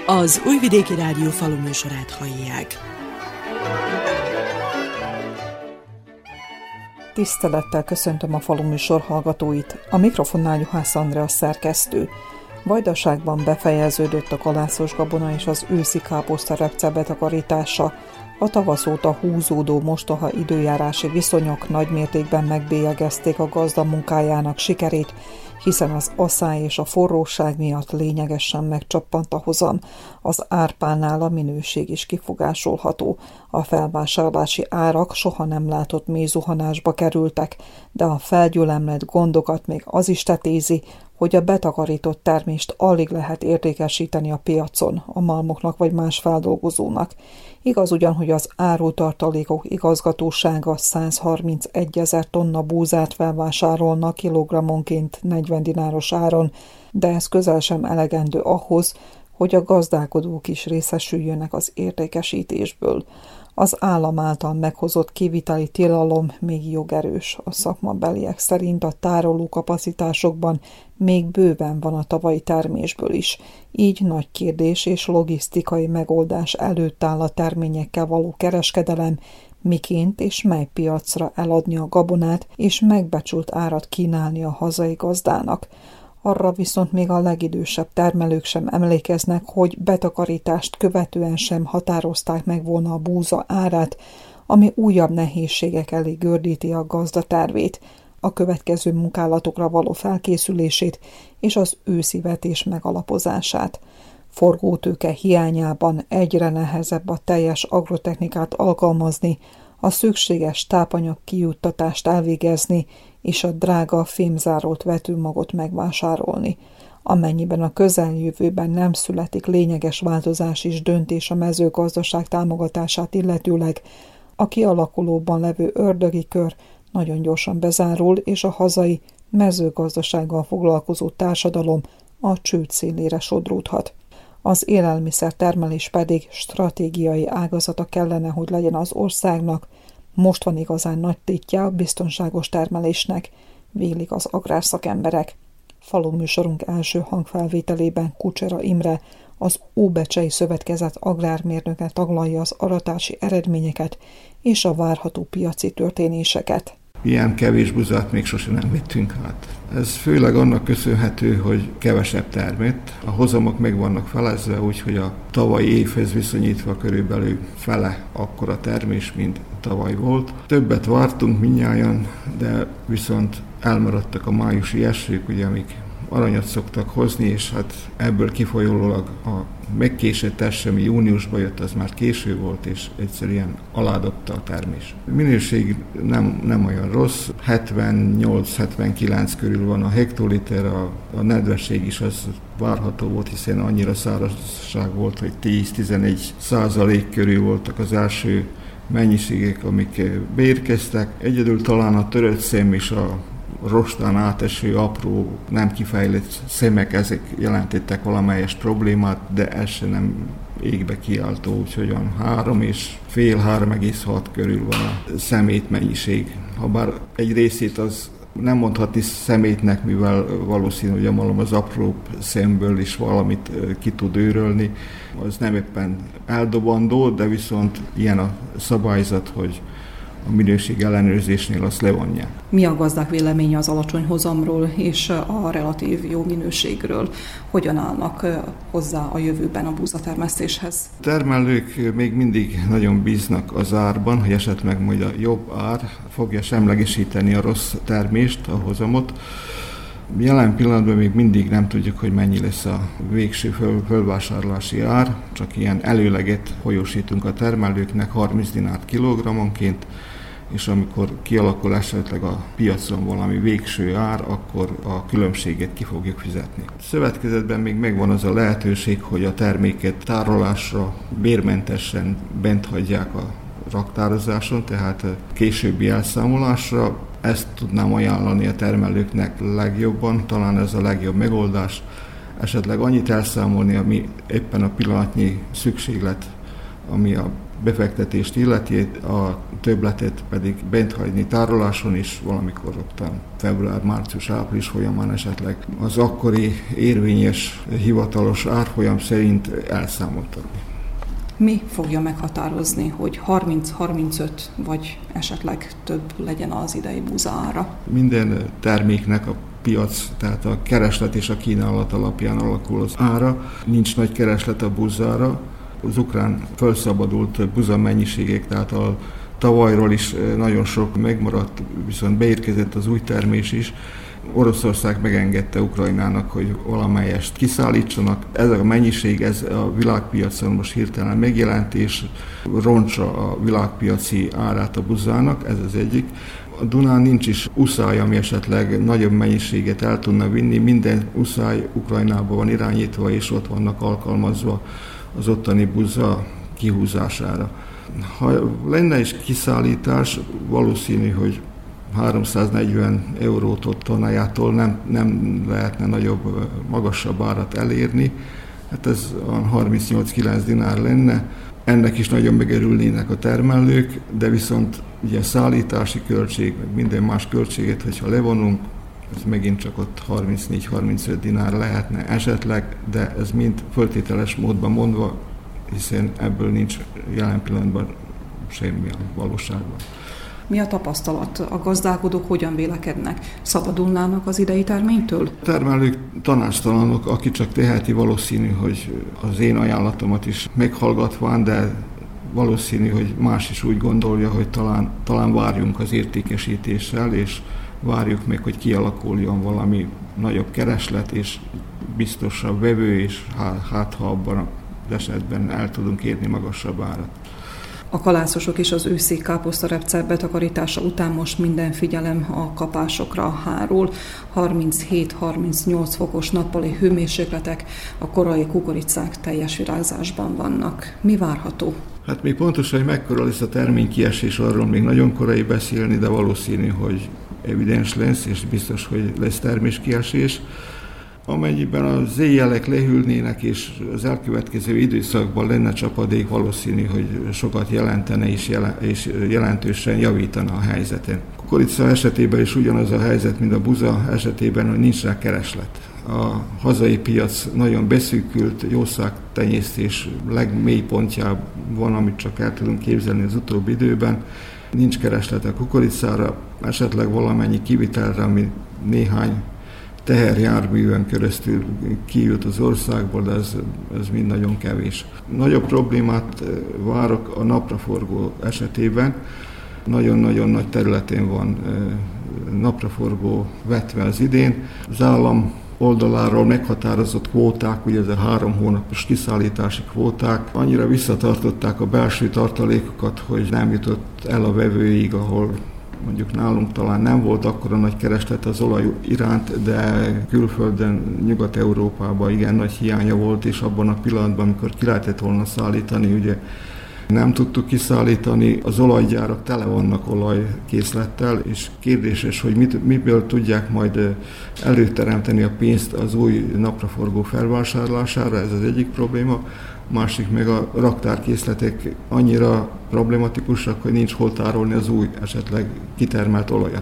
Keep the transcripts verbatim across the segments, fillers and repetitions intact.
Az Újvidéki Rádió faluműsorát hallják. Tisztelettel köszöntöm a faluműsor hallgatóit. A mikrofonnál Juhász Andrea szerkesztő. Vajdaságban befejeződött a kalászos gabona és az őszi káposztarepce betakarítása. A tavasz óta húzódó mostoha időjárási viszonyok nagymértékben megbélyegezték a gazda munkájának sikerét, hiszen az aszály és a forróság miatt lényegesen megcsappant a hozam. Az árpánál a minőség is kifogásolható. A felvásárlási árak soha nem látott mélyzuhanásba kerültek, de a felgyülemlett gondokat még az is tetézi, hogy a betakarított termést alig lehet értékesíteni a piacon, a malmoknak vagy más feldolgozónak. Igaz ugyan, hogy az árutartalékok igazgatósága százharmincegyezer tonna búzát felvásárolna kilogrammonként negyven dináros áron, de ez közel sem elegendő ahhoz, hogy a gazdálkodók is részesüljönek az értékesítésből. Az állam által meghozott kiviteli tilalom még jogerős. A szakmabeliek szerint a tároló kapacitásokban még bőven van a tavalyi termésből is. Így nagy kérdés és logisztikai megoldás előtt áll a terményekkel való kereskedelem, miként és mely piacra eladni a gabonát, és megbecsült árat kínálni a hazai gazdának. Arra viszont még a legidősebb termelők sem emlékeznek, hogy betakarítást követően sem határozták meg volna a búza árát, ami újabb nehézségek elé gördíti a gazda tervét, a következő munkálatokra való felkészülését és az őszi vetés megalapozását. Forgótőke hiányában egyre nehezebb a teljes agrotechnikát alkalmazni, a szükséges tápanyag kijuttatást elvégezni és a drága fémzárolt vetőmagot megvásárolni. Amennyiben a közeljövőben nem születik lényeges változás és döntés a mezőgazdaság támogatását illetőleg, a kialakulóban levő ördögi kör nagyon gyorsan bezárul, és a hazai mezőgazdasággal foglalkozó társadalom a csőd szélére sodródhat. Az élelmiszertermelés pedig stratégiai ágazata kellene, hogy legyen az országnak. Most van igazán nagy tétje a biztonságos termelésnek, vélik az agrárszakemberek. Faluműsorunk első hangfelvételében Kucsera Imre, az Óbecsei Szövetkezet agrármérnöke taglalja az aratási eredményeket és a várható piaci történéseket. Ilyen kevés buzát még sosem nem vittünk át. Ez főleg annak köszönhető, hogy kevesebb termett. A hozamok meg vannak felezve, úgyhogy a tavalyi évhez viszonyítva körülbelül fele akkora termés, mint tavaly volt. Többet vártunk mindnyájan, de viszont elmaradtak a májusi esők, ugye, amik aranyat szoktak hozni, és hát ebből kifolyólag a megkésett eső, ami júniusban jött, az már késő volt, és egyszerűen aládobta a termés. A minőség nem, nem olyan rossz, hetvennyolc-hetvenkilenc körül van a hektoliter, a, a nedvesség is az várható volt, hiszen annyira szárazság volt, hogy tíz-tizenegy százalék körül voltak az első mennyiségek, amik beérkeztek. Egyedül talán a törött szem és a rostán áteső, apró, nem kifejlett szemek, ezek jelentettek valamelyes problémát, de ez se nem égbe kiáltó, úgyhogy olyan három és fél, három egész hat körül van a szemét mennyiség. Habár egy részét az nem mondhatni szemétnek, mivel valószínű, hogy a malom az apró szemből is valamit ki tud őrölni, az nem éppen eldobandó, de viszont ilyen a szabályzat, hogy a minőség ellenőrzésnél azt levonják. Mi a gazdák véleménye az alacsony hozamról és a relatív jó minőségről? Hogyan állnak hozzá a jövőben a búzatermesztéshez? A termelők még mindig nagyon bíznak az árban, hogy esetleg majd a jobb ár fogja semlegesíteni a rossz termést, a hozamot. Jelen pillanatban még mindig nem tudjuk, hogy mennyi lesz a végső föl, fölvásárlási ár, csak ilyen előleget folyósítunk a termelőknek harminc dinárt kilogrammonként, és amikor kialakul esetleg a piacon valami végső ár, akkor a különbséget ki fogjuk fizetni. A szövetkezetben még megvan az a lehetőség, hogy a terméket tárolásra bérmentesen bent hagyják a raktározáson, tehát későbbi elszámolásra. Ezt tudnám ajánlani a termelőknek legjobban, talán ez a legjobb megoldás. Esetleg annyit elszámolni, ami éppen a pillanatnyi szükséglet, ami a befektetést illeti, a többletet pedig bent hagyni tároláson is, valamikor ottan február, március, április folyamán esetleg az akkori érvényes hivatalos árfolyam szerint elszámoltatni. Mi fogja meghatározni, hogy harminc-harmincöt vagy esetleg több legyen az idei búza ára? Minden terméknek a piac, tehát a kereslet és a kínálat alapján alakul az ára. Nincs nagy kereslet a búzára. Az ukrán felszabadult buza mennyiségek, tehát a tavalyról is nagyon sok megmaradt, viszont beérkezett az új termés is. Oroszország megengedte Ukrajnának, hogy valamelyest kiszállítsanak. Ez a mennyiség, ez a világpiacon most hirtelen megjelent, és roncsa a világpiaci árát a buzának, ez az egyik. A Dunán nincs is uszály, ami esetleg nagyobb mennyiséget el tudna vinni. Minden uszály Ukrajnában van irányítva, és ott vannak alkalmazva az ottani buza kihúzására. Ha lenne is kiszállítás, valószínű, hogy háromszáznegyven eurót tonnájától nem, nem lehetne nagyobb, magasabb árat elérni. Hát ez harmincnyolc-kilenc dinár lenne. Ennek is nagyon megörülnének a termelők, de viszont ugye szállítási költség, meg minden más költséget, hogyha levonunk, ez megint csak ott harmincnégy-harmincöt dinár lehetne esetleg, de ez mind föltételes módban mondva, hiszen ebből nincs jelen pillanatban semmilyen valóságban. Mi a tapasztalat? A gazdálkodók hogyan vélekednek? Szabadulnának az idei terménytől? A termelők tanácstalanok, aki csak teheti, valószínű, hogy az én ajánlatomat is meghallgatván, de valószínű, hogy más is úgy gondolja, hogy talán, talán várjunk az értékesítéssel, és várjuk meg, hogy kialakuljon valami nagyobb kereslet, és biztosabb vevő, és hát ha abban az esetben el tudunk érni magasabb árat. A kalászosok és az őszi káposztarepce betakarítása után most minden figyelem a kapásokra hárul. harminchét-harmincnyolc fokos nappali hőmérsékletek, a korai kukoricák teljes virágzásban vannak. Mi várható? Hát még pontosan, hogy mekkora lesz a terménykiesés, arról még nagyon korai beszélni, de valószínű, hogy evidens lesz, és biztos, hogy lesz terméskiesés. Amennyiben az éjjelek lehűlnének, és az elkövetkező időszakban lenne csapadék, valószínű, hogy sokat jelentene és, jelen, és jelentősen javítana a helyzeten. A kukorica esetében is ugyanaz a helyzet, mint a buza esetében, hogy nincs rá kereslet. A hazai piac nagyon beszűkült, jószágtenyésztés legmélypontjában van, amit csak el tudunk képzelni az utóbbi időben. Nincs kereslet a kukoricára, esetleg valamennyi kivitelre, ami néhány teherjárműven keresztül kijött az országból, de ez, ez mind nagyon kevés. Nagyobb problémát várok a napraforgó esetében. Nagyon-nagyon nagy területén van napraforgó vetve az idén. Az állam oldaláról meghatározott kvóták, ugye ez a három hónapos kiszállítási kvóták, annyira visszatartották a belső tartalékokat, hogy nem jutott el a vevőig, ahol mondjuk nálunk talán nem volt akkora nagy kereslet az olaj iránt, de külföldön, Nyugat-Európában igen nagy hiánya volt, és abban a pillanatban, amikor ki lehetett volna szállítani, ugye nem tudtuk kiszállítani, az olajgyárak tele vannak olajkészlettel, és kérdéses, hogy mit, miből tudják majd előteremteni a pénzt az új napraforgó felvásárlására, ez az egyik probléma. Másik meg a raktárkészletek annyira problematikusak, hogy nincs hol tárolni az új, esetleg kitermelt olajat.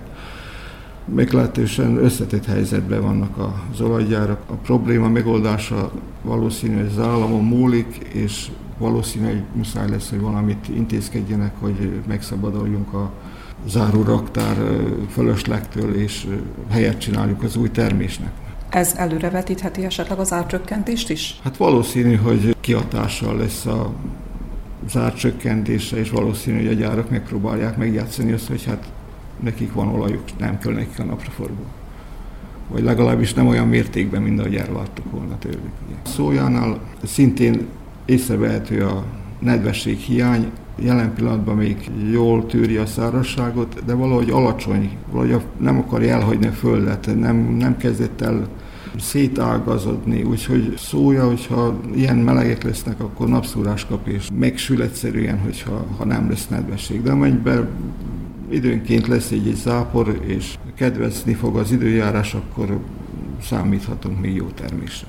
Meglehetősen összetett helyzetben vannak az olajgyárak. A probléma megoldása valószínű, hogy az államon múlik, és valószínű, hogy muszáj lesz, hogy valamit intézkedjenek, hogy megszabaduljunk a záró raktár fölöslegtől, és helyet csináljuk az új termésnek. Ez előrevetítheti esetleg az árcsökkentést is? Hát valószínű, hogy kihatással lesz a az árcsökkentése, és valószínű, hogy a gyárak megpróbálják megjátszani azt, hogy hát nekik van olajuk, nem kell nekik a napraforgó. Vagy legalábbis nem olyan mértékben, mint ahogy elvártuk volna tőlük. A szójánál szintén észrevehető a nedvesség hiány, jelen pillanatban még jól tűri a szárazságot, de valahogy alacsony, valahogy nem akarja elhagyni a földet, nem, nem kezdett el szétágazodni, úgyhogy szója, hogyha ilyen melegek lesznek, akkor napszúrás kap, és megsül egyszerűen, hogyha ha nem lesz nedvesség. De amennyiben időnként lesz egy, egy zápor, és kedvezni fog az időjárás, akkor számíthatunk még jó termésre.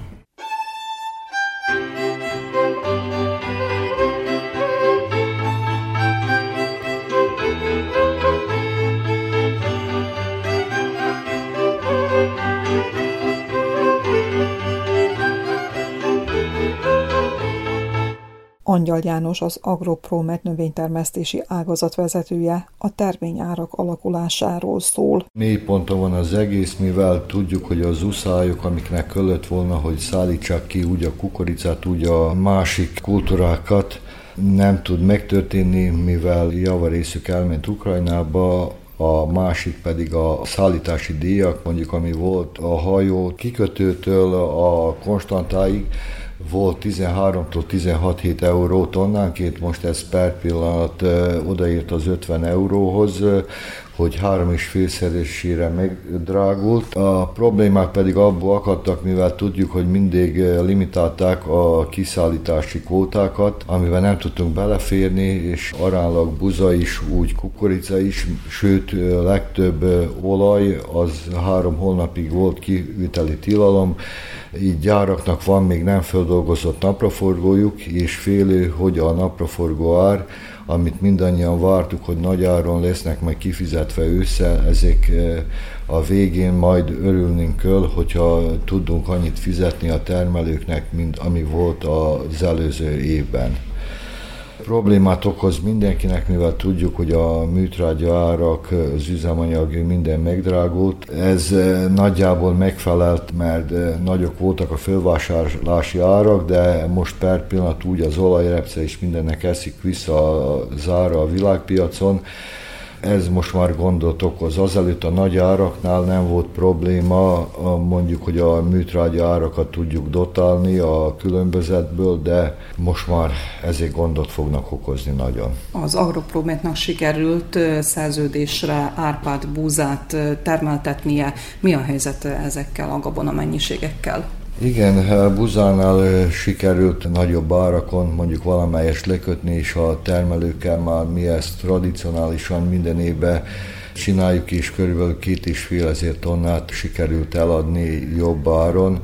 Angyal János, az Agropromet növénytermesztési ágazat vezetője a terményárak alakulásáról szól. Mélyponton van az egész, mivel tudjuk, hogy az uszályok, amiknek kellett volna, hogy szállítsák ki úgy a kukoricát, úgy a másik kultúrákat, nem tud megtörténni, mivel javarészük elment Ukrajnába, a másik pedig a szállítási díjak, mondjuk ami volt a hajó kikötőtől a Konstantáig, volt tizenháromtól tizenhat hét euró tonnánként, most ez per pillanat odaért az ötven euróhoz, hogy három és félszeresére megdrágult. A problémák pedig abból akadtak, mivel tudjuk, hogy mindig limitálták a kiszállítási kvótákat, amivel nem tudtunk beleférni, és aránylag buza is, úgy kukorica is, sőt legtöbb olaj, az három hónapig volt kiviteli tilalom, így gyáraknak van még nem feldolgozott napraforgójuk, és félő, hogy a napraforgó ár, amit mindannyian vártuk, hogy nagy áron lesznek majd kifizetve ősszel, ezek a végén majd örülnünk kell, hogyha tudunk annyit fizetni a termelőknek, mint ami volt az előző évben. Problémát okoz mindenkinek, mivel tudjuk, hogy a műtrágya árak, az üzemanyag minden megdrágult. Ez nagyjából megfelelt, mert nagyok voltak a fölvásárlási árak, de most per pillanat úgy az olajrepce és mindennek eszik vissza az ára a világpiacon. Ez most már gondot okoz. Azelőtt a nagy áraknál nem volt probléma, mondjuk, hogy a műtrágya árakat tudjuk dotálni a különbözetből, de most már ezek gondot fognak okozni nagyon. Az Agroprometnak sikerült szerződésre árpát, búzát termeltetnie. Mi a helyzet ezekkel a gabona mennyiségekkel? Igen, buzánál sikerült nagyobb árakon mondjuk valamelyest lekötni, és a termelőkkel már mi ezt tradicionálisan minden évben csináljuk, és körülbelül két és fél ezer tonnát sikerült eladni jobb áron.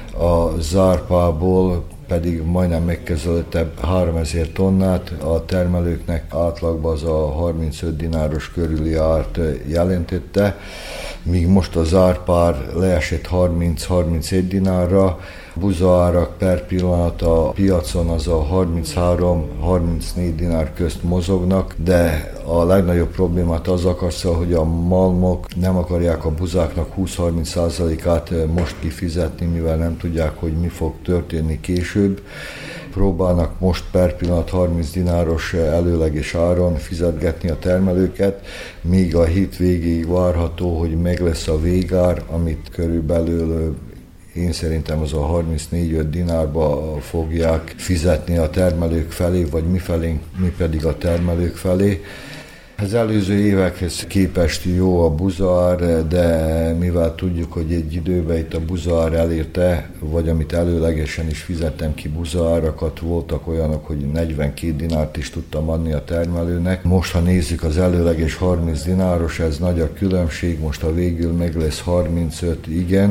A zárpából pedig majdnem megközelített háromezer tonnát, a termelőknek átlagban az a harmincöt dináros körüli árt jelentette, míg most az árpár leesett harminc-harmincegy dinárra, buzaárak per pillanat a piacon az a harminchárom-harmincnégy dinár közt mozognak, de a legnagyobb problémát az akarszal, hogy a malmok nem akarják a buzáknak húsz-harminc százalékát most kifizetni, mivel nem tudják, hogy mi fog történni később. Próbálnak most per pillanat harminc dináros előleges áron fizetgetni a termelőket, míg a hét végéig várható, hogy meg lesz a végár, amit körülbelül én szerintem az a harmincnégy-öt dinárba fogják fizetni a termelők felé, vagy mi felénk, mi pedig a termelők felé. Az előző évekhez képest jó a buzaár, de mivel tudjuk, hogy egy időben itt a buzaár elérte, vagy amit előlegesen is fizettem ki buzaárakat, voltak olyanok, hogy negyvenkét dinárt is tudtam adni a termelőnek. Most, ha nézzük az előleges harminc dináros, ez nagy a különbség, most a végül meg lesz harmincöt, igen,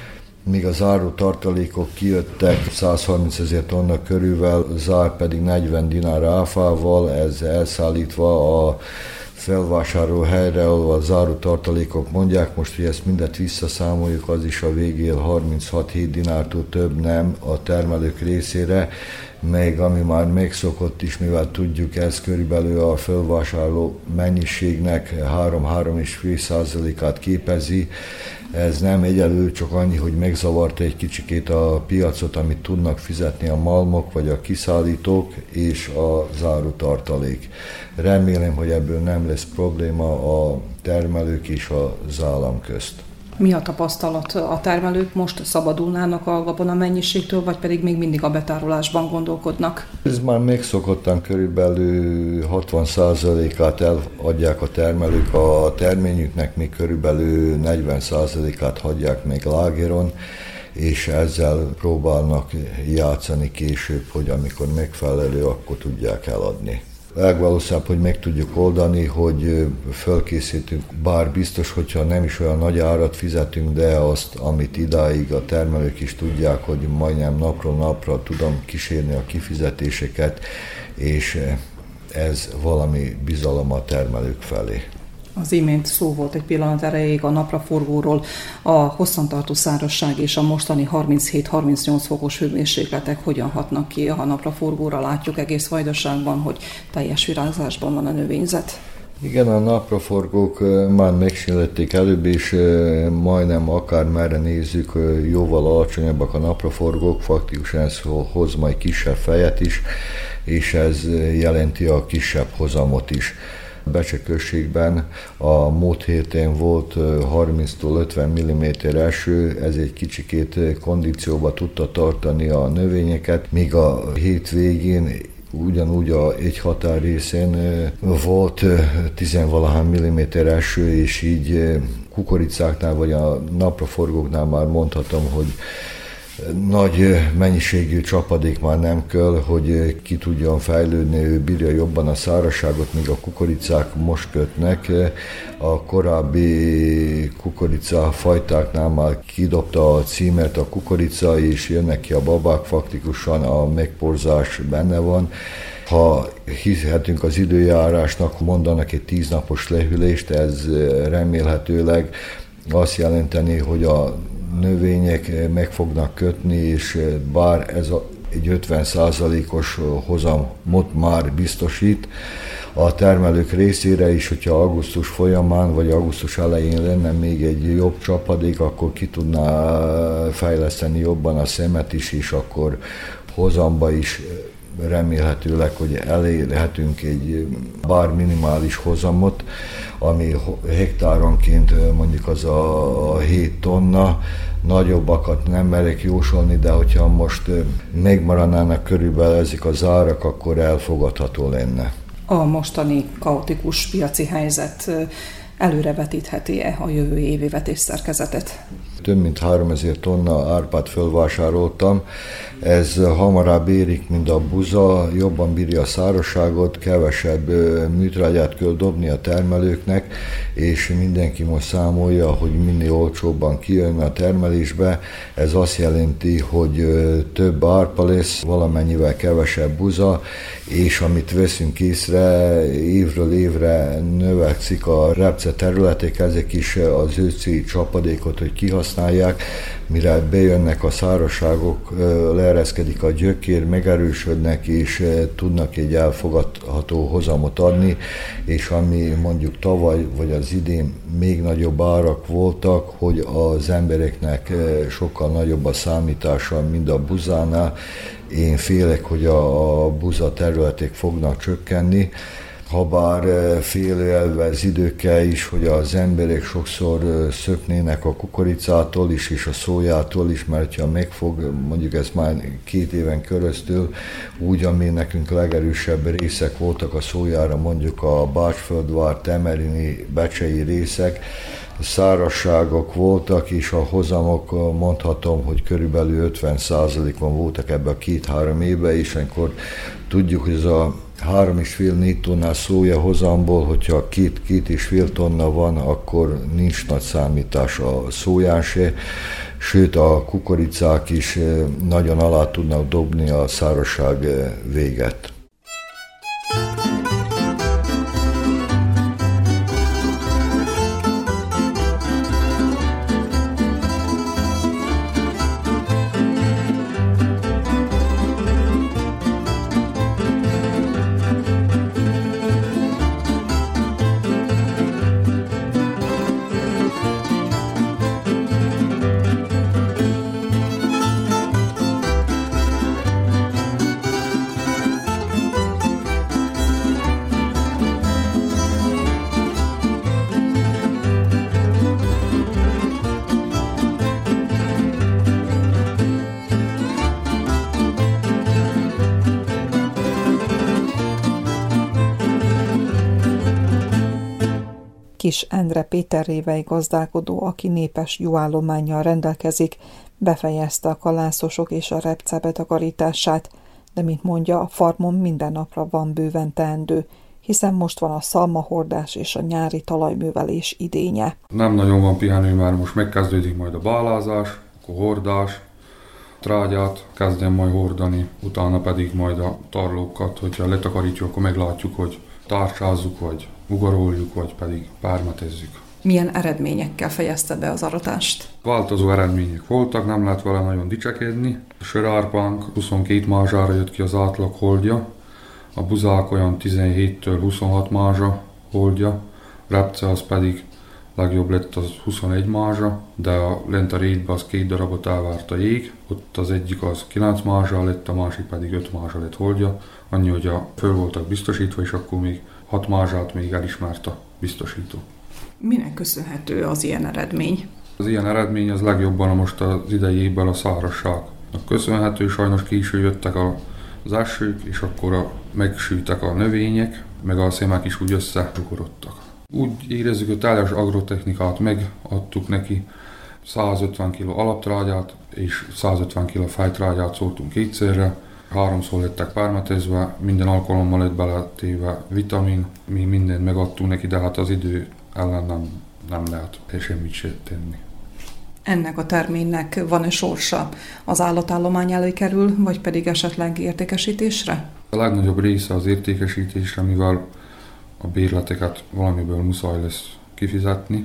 míg az áru tartalékok kijöttek százharminc ezer tonna körülvel, zár pedig negyven dinár áfával, ez elszállítva a felvásárló helyre, ahol a záru tartalékok mondják, most, hogy ezt mindet visszaszámoljuk, az is a végén harminchat-hét dinártól több nem a termelők részére, meg ami már megszokott is, mivel tudjuk, ez körülbelül a felvásárló mennyiségnek három-három egész öt százalékát képezi. Ez nem egyelő, csak annyi, hogy megzavarta egy kicsikét a piacot, amit tudnak fizetni a malmok, vagy a kiszállítók, és a záru tartalék. Remélem, hogy ebből nem lesz probléma a termelők és az állam közt. Mi a tapasztalat? A termelők most szabadulnának a gabona mennyiségtől, vagy pedig még mindig a betárolásban gondolkodnak? Ez már megszokottan körülbelül hatvan százalékát eladják a termelők, a terményüknek még körülbelül negyven százalékát hagyják még lágeron, és ezzel próbálnak játszani később, hogy amikor megfelelő, akkor tudják eladni. Legvalószínűbb, hogy meg tudjuk oldani, hogy fölkészítünk, bár biztos, hogyha nem is olyan nagy árat fizetünk, de azt, amit idáig a termelők is tudják, hogy majdnem napról napra tudom kísérni a kifizetéseket, és ez valami bizalom a termelők felé. Az imént szó volt egy pillanat erejéig a napraforgóról, a hosszantartó szárazság és a mostani harminchét-harmincnyolc fokos hőmérsékletek hogyan hatnak ki a napraforgóra. Látjuk egész Vajdaságban, hogy teljes virágzásban van a növényzet. Igen, a napraforgók már megsínlették előbb, és majdnem akármerre nézzük, jóval alacsonyabbak a napraforgók, faktikusan ez hoz majd kisebb fejet is, és ez jelenti a kisebb hozamot is. Becse községben a múlt héten volt harminctól ötven milliméter eső, ez egy kicsikét kondícióba tudta tartani a növényeket, míg a hét végén ugyanúgy a egy határ részén volt tizenvalahány milliméter eső, és így kukoricáknál vagy a napraforgóknál már mondhatom, hogy nagy mennyiségű csapadék már nem kell, hogy ki tudjon fejlődni, ő bírja jobban a szárazságot, míg a kukoricák most kötnek. A korábbi kukorica fajtáknál már kidobta a címert a kukorica, és jönnek ki a babák, faktikusan a megporzás benne van. Ha hihetünk az időjárásnak, mondanak egy tíznapos lehűlést, ez remélhetőleg azt jelenteni, hogy a növények meg fognak kötni, és bár ez a, egy ötven százalékos hozamot már biztosít a termelők részére is, hogyha augusztus folyamán vagy augusztus elején lenne még egy jobb csapadék, akkor ki tudná fejleszteni jobban a szemet is, és akkor hozamba is remélhetőleg, hogy elérhetünk egy bár minimális hozamot, ami hektáronként mondjuk az a hét tonna, nagyobbakat nem merek jósolni, de hogyha most megmaradnának körülbelül ezek az árak, akkor elfogadható lenne. A mostani kaotikus piaci helyzet előrevetítheti-e a jövő évi vetésszerkezetet? Több mint háromezer tonna árpát fölvásároltam. Ez hamarabb érik, mint a buza, jobban bírja a szárazságot, kevesebb műtrágyát kell dobni a termelőknek, és mindenki most számolja, hogy minél olcsóbban kijön a termelésbe. Ez azt jelenti, hogy több árpa lesz, valamennyivel kevesebb buza, és amit veszünk észre, évről évre növekszik a repce területek, ezek is az őszi csapadékot, hogy kihasználják, mire bejönnek a szárazságok, leereszkedik a gyökér, megerősödnek, és tudnak egy elfogadható hozamot adni, és ami mondjuk tavaly vagy az idén még nagyobb árak voltak, hogy az embereknek sokkal nagyobb a számítása, mint a buzánál. Én félek, hogy a buza területek fognak csökkenni, habár félelve az időkkel is, hogy az emberek sokszor szöknének a kukoricától is, és a szójától is, mert ha megfog, mondjuk ez már két éven keresztül, úgy, ami nekünk legerősebb részek voltak a szójára, mondjuk a Bácsföldvár, Temerini, becsei részek, szárazságok voltak, és a hozamok mondhatom, hogy körülbelül ötven százalékban voltak ebben a két-három évben, és akkor tudjuk, hogy ez a három és fél négy tonnás szója hozamból, hogyha két, két és fél tonna van, akkor nincs nagy számítás a szóján se, sőt a kukoricák is nagyon alá tudnak dobni a szárazság véget. Kis Endre Péter révei gazdálkodó, aki népes juhállománnyal rendelkezik, befejezte a kalászosok és a repce betakarítását, de mint mondja, a farmon minden napra van bőven teendő, hiszen most van a szalmahordás és a nyári talajművelés idénye. Nem nagyon van pihenő, mert most megkezdődik majd a bálázás, akkor hordás, trágyát kezdem majd hordani, utána pedig majd a tarlókat, hogyha letakarítjuk, akkor meglátjuk, hogy tárcsázzuk, vagy ugaroljuk, vagy pedig pármatezzük. Milyen eredményekkel fejezte be az aratást? Változó eredmények voltak, nem lehet vele nagyon dicsekedni. A sörárpánk huszonkét mázsára jött ki az átlag holdja, a buzák olyan tizenhéttől huszonhat mázsa holdja, a repce az pedig legjobb lett az huszonegy mázsa, de a lent a rétbe az két darabot elvárt a jég, ott az egyik az kilenc mázsa lett, a másik pedig öt mázsa lett holdja, annyi, hogy a föl voltak biztosítva, és akkor még hat mázsát még elismert a biztosító. Minek köszönhető az ilyen eredmény? Az ilyen eredmény az legjobban most az idei évben a szárazságnak köszönhető, sajnos késő jöttek az esők, és akkor a, megsültek a növények, meg a szémek is úgy összezsugorodtak. Úgy érezzük, hogy teljes agrotechnikát megadtuk neki, százötven kiló alaptrágyát és százötven kiló fejtrágyát szóltunk kétszerre, háromszor lettek pármatezve, minden alkalommal lett beletéve vitamin, mi mindent megadtunk neki, de hát az idő ellen nem, nem lehet semmit se tenni. Ennek a terménynek van-e sorsa? Az állatállomány elé kerül, vagy pedig esetleg értékesítésre? A legnagyobb része az értékesítésre, mivel a bérleteket valamiből muszáj lesz kifizetni.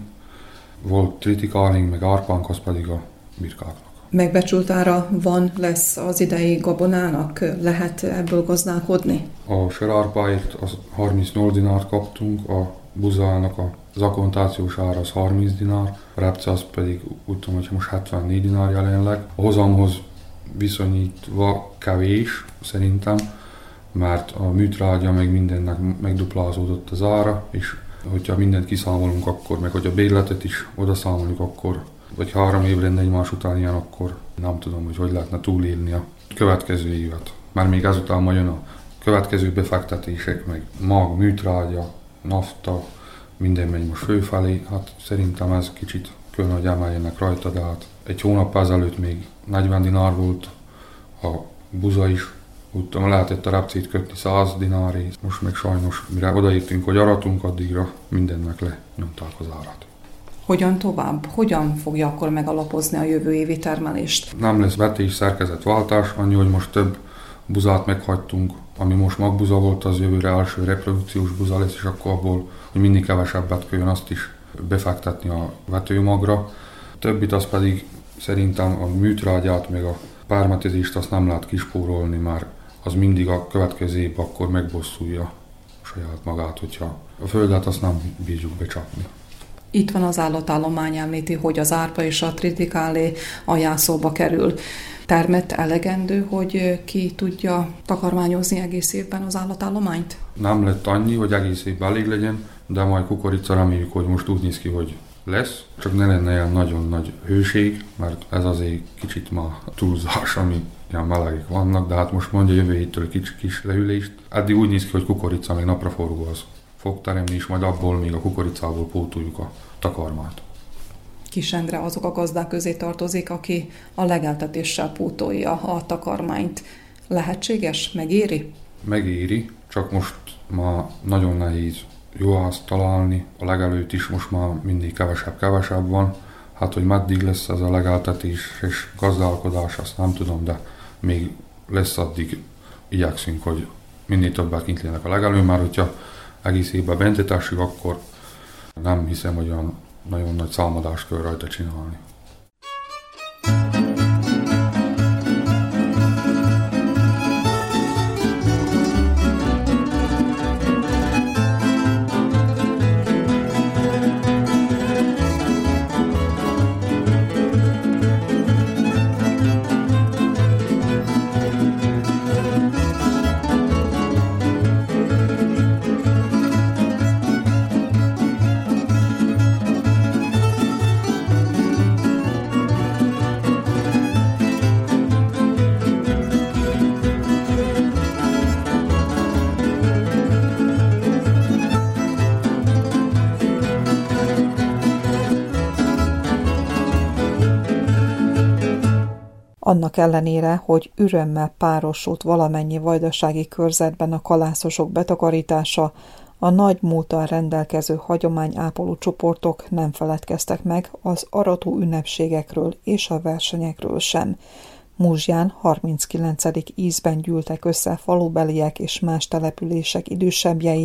Volt tritikálink, meg árpánk, az pedig a birkáknak. Megbecsült ára van, lesz az idei gabonának? Lehet ebből gazdálkodni? A sörárpáért az harmincnyolc dinárt kaptunk, a buzának az akontációs ára az harminc dinár, a repce az pedig úgy tudom, hogy most hetvennégy dinár jelenleg. A hozamhoz viszonyítva kevés szerintem, mert a műtrágya meg mindennek megduplázódott az ára, és hogyha mindent kiszámolunk akkor, meg hogy a bérletet is odaszámoljuk akkor, vagy három év lenne egymás után ilyen, akkor nem tudom, hogy hogy lehetne túlélni a következő évet. Már még ezután majd jön a következő befektetések, meg mag, műtrágya, nafta, minden megy most főfelé, hát szerintem ez kicsit kellene, hogy emeljenek rajta, de hát egy hónap ezelőtt még negyven dinár volt a buza is, úgy tudom, lehetett a repcét kötni száz dinárért, most meg sajnos, mire odaértünk, hogy aratunk, addigra mindennek lenyomták az árát. Hogyan tovább? Hogyan fogja akkor megalapozni a jövő évi termelést? Nem lesz vetés szerkezetváltás, annyi, hogy most több buzát meghagytunk, ami most magbuza volt, az jövőre első reprodukciós buza lesz, és akkor abból, hogy mindig kevesebbet köljön, azt is befektetni a vetőmagra. Többit az pedig szerintem a műtrágyát, meg a pármatezést azt nem lehet kispórolni, már az mindig a következő évben akkor megbosszulja saját magát, hogyha a földet azt nem bírjuk becsapni. Itt van az állatállomány, említi, hogy az árpa és a tritikálé ajánlóba kerül. Termett elegendő, hogy ki tudja takarmányozni egész évben az állatállományt? Nem lett annyi, hogy egész évben elég legyen, de majd kukorica reméljük, hogy most úgy néz ki, hogy lesz. Csak ne lenne ilyen nagyon nagy hőség, mert ez azért kicsit ma túlzás, ami ilyen melegek vannak, de hát most mondja jövő héttől kis, kis leülést. Eddig úgy néz ki, hogy kukorica még napraforgó az fog teremni, és majd abból még a kukoricából pótoljuk a takarmányt. Kis Endre azok a gazdák közé tartozik, aki a legeltetéssel pótolja a takarmányt. Lehetséges? Megéri? Megéri, csak most ma nagyon nehéz jó házt találni. A legelőtt is most már mindig kevesebb-kevesebb van. Hát, hogy meddig lesz ez a legeltetés és gazdálkodás, azt nem tudom, de még lesz addig igyekszünk, hogy minél többet kint legyenek a legelő, mert hogyha egész évben bentetessük, akkor nem hiszem, hogy olyan nagyon nagy számadást kell rajta csinálni. Annak ellenére, hogy ürömmel párosult valamennyi vajdasági körzetben a kalászosok betakarítása, a nagy múlttal rendelkező hagyományápoló csoportok nem feledkeztek meg az arató ünnepségekről és a versenyekről sem. Múzsján harminckilencedik ízben gyűltek össze falubeliek és más települések idősebbjei,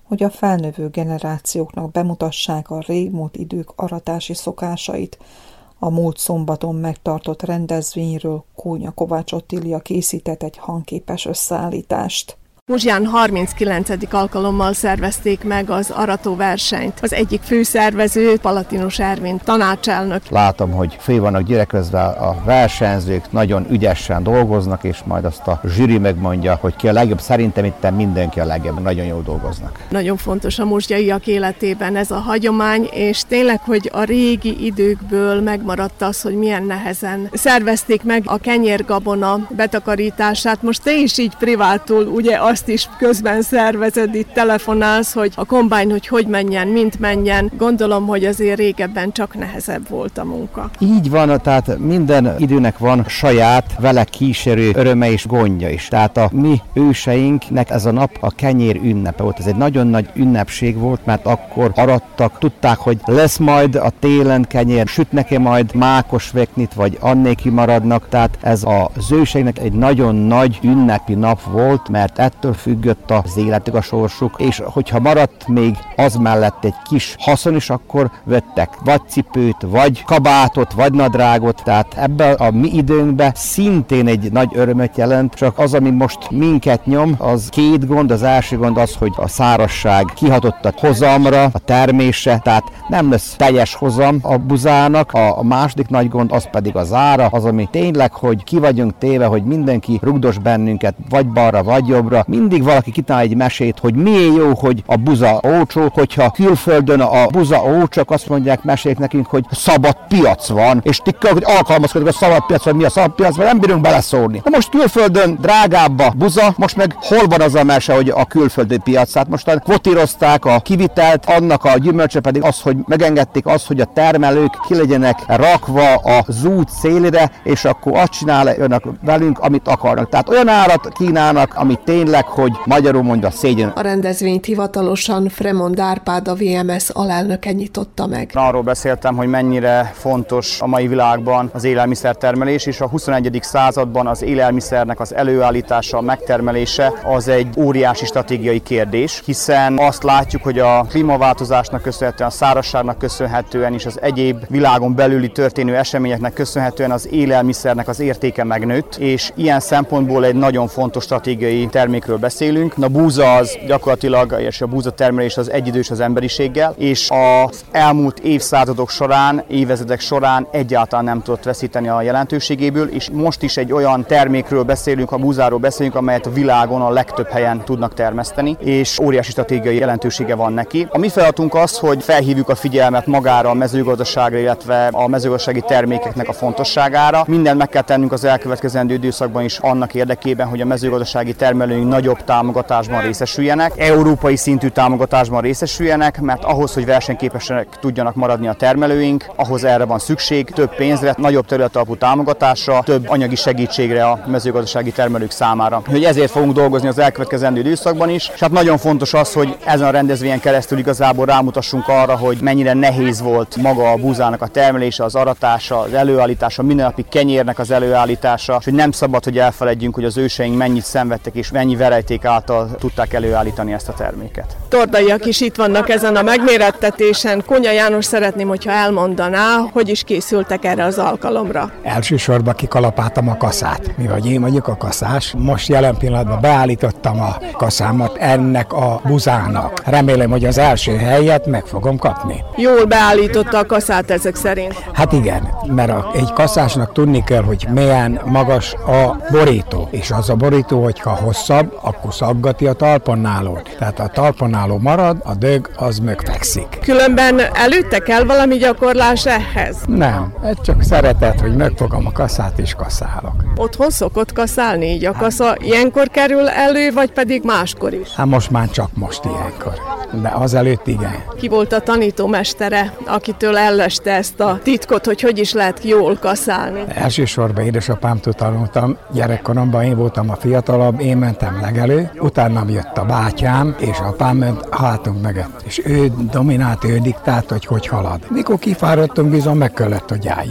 hogy a felnövő generációknak bemutassák a régmúlt idők aratási szokásait. A múlt szombaton megtartott rendezvényről Kónya Kovács Ottília készített egy hangképes összeállítást. Muzsján harminckilencedik alkalommal szervezték meg az aratóversenyt. Az egyik főszervező, Palatinus Ervin tanácselnök. Látom, hogy fő vannak gyerekezve a versenyzők, nagyon ügyesen dolgoznak, és majd azt a zsűri megmondja, hogy ki a legjobb. Szerintem itt mindenki a legjobb, nagyon jól dolgoznak. Nagyon fontos a muzsjaiak életében ez a hagyomány, és tényleg, hogy a régi időkből megmaradt az, hogy milyen nehezen szervezték meg a kenyérgabona betakarítását. Most te is így privátul, ugye, azt is közben szervezed, itt telefonálsz, hogy a kombány, hogy hogy menjen, mint menjen. Gondolom, hogy azért régebben csak nehezebb volt a munka. Így van, tehát minden időnek van saját, vele kísérő öröme és gondja is. Tehát a mi őseinknek ez a nap a kenyér ünnepe volt. Ez egy nagyon nagy ünnepség volt, mert akkor arattak, tudták, hogy lesz majd a télen kenyér, sütnek-e majd mákos veknit, vagy annéki maradnak. Tehát ez az őseinknek egy nagyon nagy ünnepi nap volt, mert ettől függött az életük, a sorsuk, és hogyha maradt még az mellett egy kis haszon is, akkor vettek vagy cipőt, vagy kabátot, vagy nadrágot, tehát ebben a mi időnkben szintén egy nagy örömöt jelent, csak az, ami most minket nyom, az két gond. Az első gond az, hogy a szárazság kihatott a hozamra, a termésre, tehát nem lesz teljes hozam a buzának. A második nagy gond az pedig az ára, az, ami tényleg, hogy ki vagyunk téve, hogy mindenki rugdos bennünket, vagy balra, vagy jobbra. Mindig valaki kitál egy mesét, hogy milyen jó, hogy a buza olcsó, hogyha külföldön a buza olcsó, azt mondják mesék nekünk, hogy szabad piac van, és tikkor, hogy alkalmazkodunk a szabad piac, vagy mi a szabad piac, vagy nem bírunk beleszólni. Na most külföldön drágább a buza, most meg hol van az a mese, hogy a külföldi piac? Hát mostan kvotírozták a kivitelt, annak a gyümölcse pedig az, hogy megengedték azt, hogy a termelők ki legyenek rakva az út szélére, és akkor azt csinálnak velünk, amit akarnak. Tehát olyan árat kínálnak, amit tényleg, hogy magyarul mondja, szégyen. A rendezvényt hivatalosan Fremond Árpád, a vé em es alelnöke nyitotta meg. Arról beszéltem, hogy mennyire fontos a mai világban az élelmiszertermelés, és a huszonegyedik században az élelmiszernek az előállítása, megtermelése az egy óriási stratégiai kérdés, hiszen azt látjuk, hogy a klímaváltozásnak köszönhetően, a szárazságnak köszönhetően és az egyéb világon belüli történő eseményeknek köszönhetően az élelmiszernek az értéke megnőtt, és ilyen szempontból egy nagyon fontos stratégiai termékről beszélünk. A búza az gyakorlatilag, és a búzatermelés az egyidős az emberiséggel, és az elmúlt évszázadok során, évezredek során egyáltalán nem tudott veszíteni a jelentőségéből, és most is egy olyan termékről beszélünk, a búzáról beszélünk, amelyet a világon a legtöbb helyen tudnak termeszteni, és óriási stratégiai jelentősége van neki. A mi feladatunk az, hogy felhívjuk a figyelmet magára a mezőgazdaságra, illetve a mezőgazdasági termékeknek a fontosságára. Mindent meg kell tennünk az elkövetkezendő időszakban is annak érdekében, hogy a mezőgazdasági termelőink nagyobb támogatásban részesüljenek, európai szintű támogatásban részesüljenek, mert ahhoz, hogy versenyképesek tudjanak maradni a termelőink, ahhoz erre van szükség, több pénzre, nagyobb területalapú támogatásra, több anyagi segítségre a mezőgazdasági termelők számára. Hogy ezért fogunk dolgozni az elkövetkezendő időszakban is, és hát nagyon fontos az, hogy ezen a rendezvényen keresztül igazából rámutassunk arra, hogy mennyire nehéz volt maga a búzának a termelése, az aratása, az előállítása, mindennapi kenyérnek az előállítása, és hogy nem szabad, hogy elfeledjünk, hogy az őseink mennyit szenvedtek és mennyi verejték által tudták előállítani ezt a terméket. Tordaiak is itt vannak ezen a megmérettetésen. Kónya János, szeretném, hogyha elmondaná, hogy is készültek erre az alkalomra. Elsősorban kikalapáltam a kaszát, mivel én vagyok a kaszás. Most jelen pillanatban beállítottam a kaszámat ennek a buzának. Remélem, hogy az első helyet meg fogom kapni. Jól beállította a kaszát ezek szerint? Hát igen, mert a, egy kaszásnak tudni kell, hogy milyen magas a borító. És az a borító, hogyha hosszabb, akkor szaggati a talponnálót. Tehát a talponnáló marad, a dög az megfekszik. Különben előtte kell valami gyakorlás ehhez? Nem, ez csak szeretet, hogy megfogom a kaszát és kaszálok. Otthon szokott kaszálni így a kasza? Ilyenkor kerül elő, vagy pedig máskor is? Hát most már csak most ilyenkor, de azelőtt igen. Ki volt a tanítómestere, akitől elleste ezt a titkot, hogy hogy is lehet jól kaszálni? Elsősorban édesapámtól tanultam, gyerekkoromban én voltam a fiatalabb, én mentem legelő, utána jött a bátyám, és apám ment hátunk mögött. És ő dominált, ő diktált, hogy hogy halad. Mikor kifáradtunk, bizony meg kellett, hogy álljunk.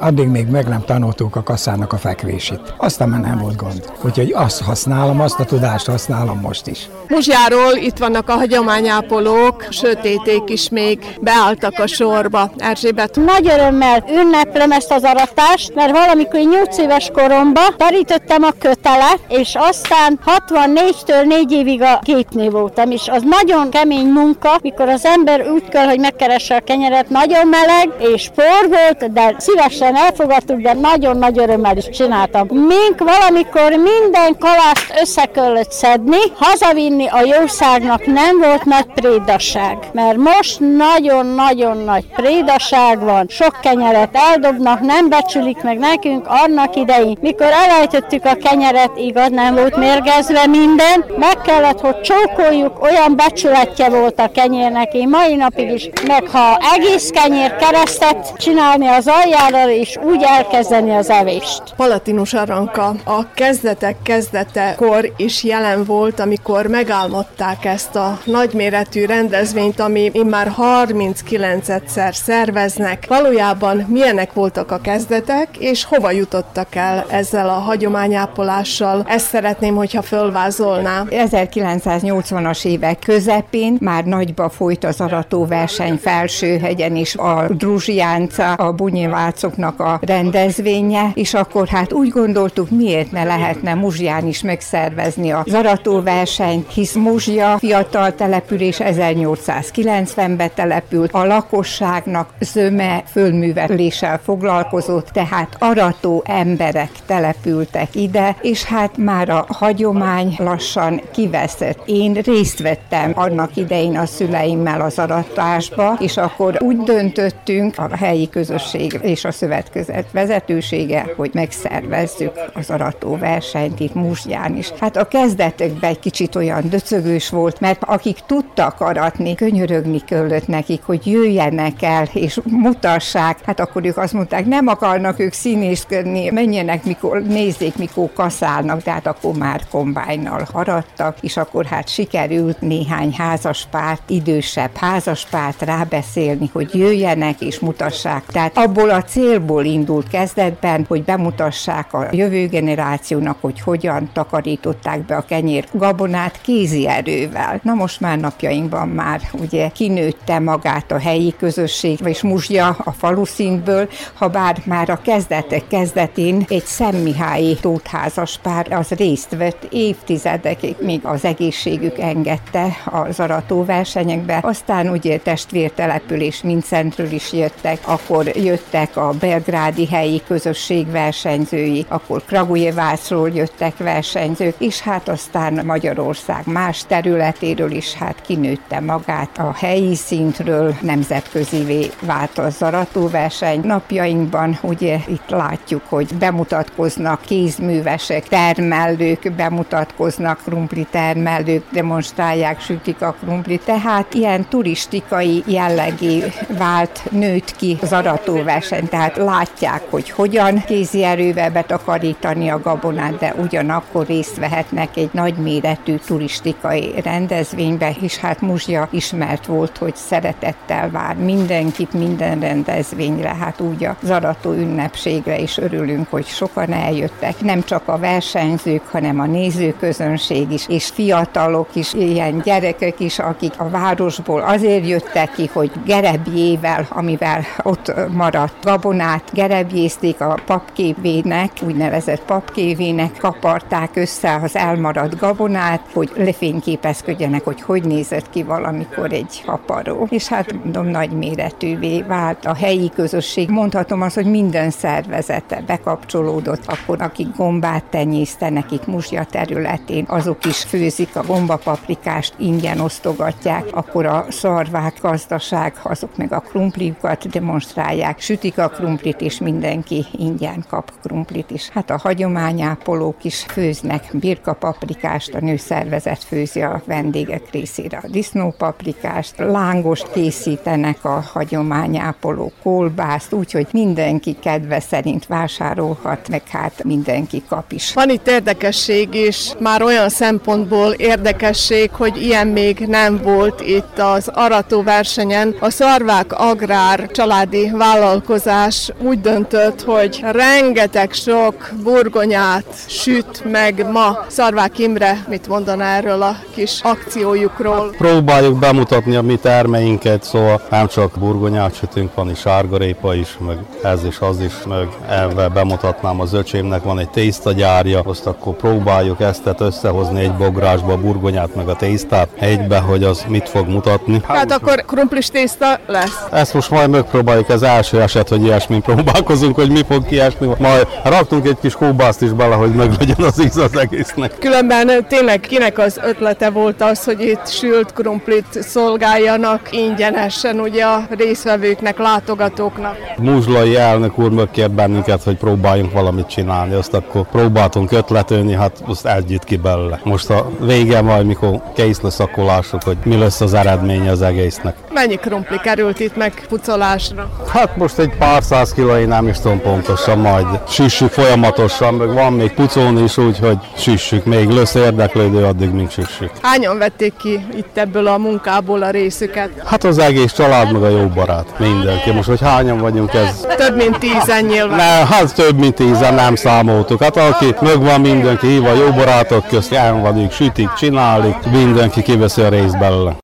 addig még meg nem tanultuk a kasszának a fekvését. Aztán már nem volt gond. Úgyhogy azt használom, azt a tudást használom most is. Muzsjáról itt vannak a hagyományápolók, sötéték is még beálltak a sorba. Erzsébet? Nagy örömmel ünneplem ezt az aratást, mert valamikor nyolc éves koromban tarítettem a kötelet, és aztán hatvannégytől négy évig a gépnél voltam, és az nagyon kemény munka, mikor az ember úgy kell, hogy megkeresse a kenyeret, nagyon meleg és por volt, de szívesen elfogadtuk, de nagyon nagy örömmel is csináltam. Mink valamikor minden kalást össze kellett szedni, hazavinni a jószágnak nem volt nagy prédaság, mert most nagyon-nagyon nagy prédaság van, sok kenyeret eldobnak, nem becsülik meg nekünk annak idején, mikor elejtettük a kenyeret, igaz, nem volt mérgezve minden, meg kellett, hogy csókoljuk, olyan becsületje volt a kenyérnek, én mai napig is, meg ha egész kenyér keresztet csinálni az aljára, és úgy elkezdeni az evést. Palatinus Aranka a kezdetek kezdetekor is jelen volt, amikor megálmodták ezt a nagyméretű rendezvényt, ami immár harminckilencedszer szerveznek. Valójában milyenek voltak a kezdetek, és hova jutottak el ezzel a hagyományápolással? Ezt szeretném, hogyha fölvázolná. ezerkilencszáznyolcvanas évek közepén már nagyba folyt az aratóverseny Felsőhegyen is, a Druzsiánca, a bunyivácoknak a rendezvénye, és akkor hát úgy gondoltuk, miért ne lehetne Muzsján is megszervezni az aratóversenyt, hisz Muzsja fiatal település, ezernyolcszázkilencvenben települt, a lakosságnak zöme földműveléssel foglalkozott, tehát arató emberek települtek ide, és hát már a hagyomány lassan kiveszett. Én részt vettem annak idején a szüleimmel az aratásba, és akkor úgy döntöttünk, a helyi közösség és a szövetkezet vezetősége, hogy megszervezzük az aratóversenyt itt Muzsján is. Hát a kezdetekben egy kicsit olyan döcögős volt, mert akik tudtak aratni, könyörögni kellett nekik, hogy jöjjenek el és mutassák. Hát akkor ők azt mondták, nem akarnak ők színészkedni, menjenek, mikor, nézzék, mikor kaszálnak, de hát akkor már kombájnnal arattak, és akkor hát sikerült néhány házaspárt, idősebb házaspárt rábeszélni, hogy jöjjenek és mutassák. Tehát abból a célból indult kezdetben, hogy bemutassák a jövő generációnak, hogy hogyan takarították be a kenyér gabonát kézi erővel. Na most már napjainkban már ugye kinőtte magát a helyi közösség, és Muzsja a faluszintből, ha bár már a kezdetek kezdetén egy szentmihályi tótházaspár az részt vett évtizedekig, még az egészségük engedte az aratóversenyekbe. Aztán ugye testvértelepülés Mincentről is jöttek, akkor jöttek a belgrádi helyi közösség versenyzői, akkor Kragujevácról jöttek versenyzők, és hát aztán Magyarország más területéről is hát kinőtte magát a helyi szintről, nemzetközivé vált az aratóverseny. Napjainkban ugye itt látjuk, hogy bemutatkoznak kézművesek, termelők, bemutatkoznak krumpli termelők, demonstrálják, sütik a krumplit, tehát ilyen turistikai jellegé vált, nőtt ki az aratóverseny, tehát látják, hogy hogyan kézi erővel betakarítani a gabonát, de ugyanakkor részt vehetnek egy nagyméretű turistikai rendezvénybe, és hát Muzsja ismert volt, hogy szeretettel vár mindenkit, minden rendezvényre, hát úgy az arató ünnepségre is örülünk, hogy sokan eljöttek, nem csak a versenyzők, hanem a nézőközönség is, és fiatalok is, ilyen gyerekek is, akik a városból azért jöttek ki, hogy gerebjével, amivel ott maradt gabonát, gerebjézték a papkévének, úgynevezett papkévének, kaparták össze az elmaradt gabonát, hogy lefényképezkedjenek, hogy hogy nézett ki valamikor egy haparó. És hát mondom, nagyméretűvé vált a helyi közösség. Mondhatom azt, hogy minden szervezete bekapcsolódott, akkor akik gombát tenyésztenek, nekik Muzsja területén, azok is főzik a gombapaprikást, ingyen osztogatják, akkor a szarvák gazdaság, azok meg a krumpliukat demonstrálják, sütik a krumplit, és mindenki ingyen kap krumplit is. Hát a hagyományápolók is főznek birkapaprikást, a nőszervezet főzi a vendégek részére a disznópaprikást, lángost készítenek a hagyományápolók, kolbászt, úgyhogy mindenki kedve szerint vásárolhat, meg hát mindenki kap is. Van itt érdekesség is, már olyan szempontból érdekesség, hogy ilyen még nem volt itt az aratóversenyen. A Szarvák Agrár családi vállalkozás úgy döntött, hogy rengeteg sok burgonyát süt meg ma. Szarvák Imre mit mondaná erről a kis akciójukról? Próbáljuk bemutatni a mi termeinket, szóval nem csak burgonyát sütünk, van is sárgarépa is, meg ez is, az is, meg elve bemutatnám, az öcsémnek van egy tésztagyárja, azt akkor próbáljuk ezt összehozni egy bográsba, a burgonyát meg a tésztát egybe, hogy az mit fog mutatni. Hát akkor krumplis tészta lesz. Ezt most majd megpróbáljuk, ez első eset, hogy ilyesmin próbálkozunk, hogy mi fog kiesni. Majd raktunk egy kis kóbászt is bele, hogy meglegyen az íz az egésznek. Különben tényleg kinek az ötlete volt az, hogy itt sült krumplit szolgáljanak ingyenesen ugye a résztvevőknek, látogatóknak? Muzslai elnök úr megkért bennünket, hogy próbáljunk valamit csinálni, azt akkor próbáltunk ötletölni, hát azt együtt ki belőle. Most a vége majd, mikor kész lesz, akkor lássuk, hogy mi lesz az eredménye az egésznek. Mennyi krumpli került itt meg pucolásra? Hát most egy pár száz kiló, én nem is tudom pontosan, majd süssük folyamatosan, meg van még pucolni is úgy, hogy süssük, még lesz érdeklődő, addig még süssük. Hányan vették ki itt ebből a munkából a részüket? Hát az egész család, meg a jó barát, mindenki. Most, hogy hányan vagyunk, ez... Több mint tízen nyilván. Ne, hát több mint tízen nem számoltuk. Hát aki megvan, mindenki hív a jó barátok közt, elvadik, sütik, csinálik, mindenki kiveszi a részt belőle.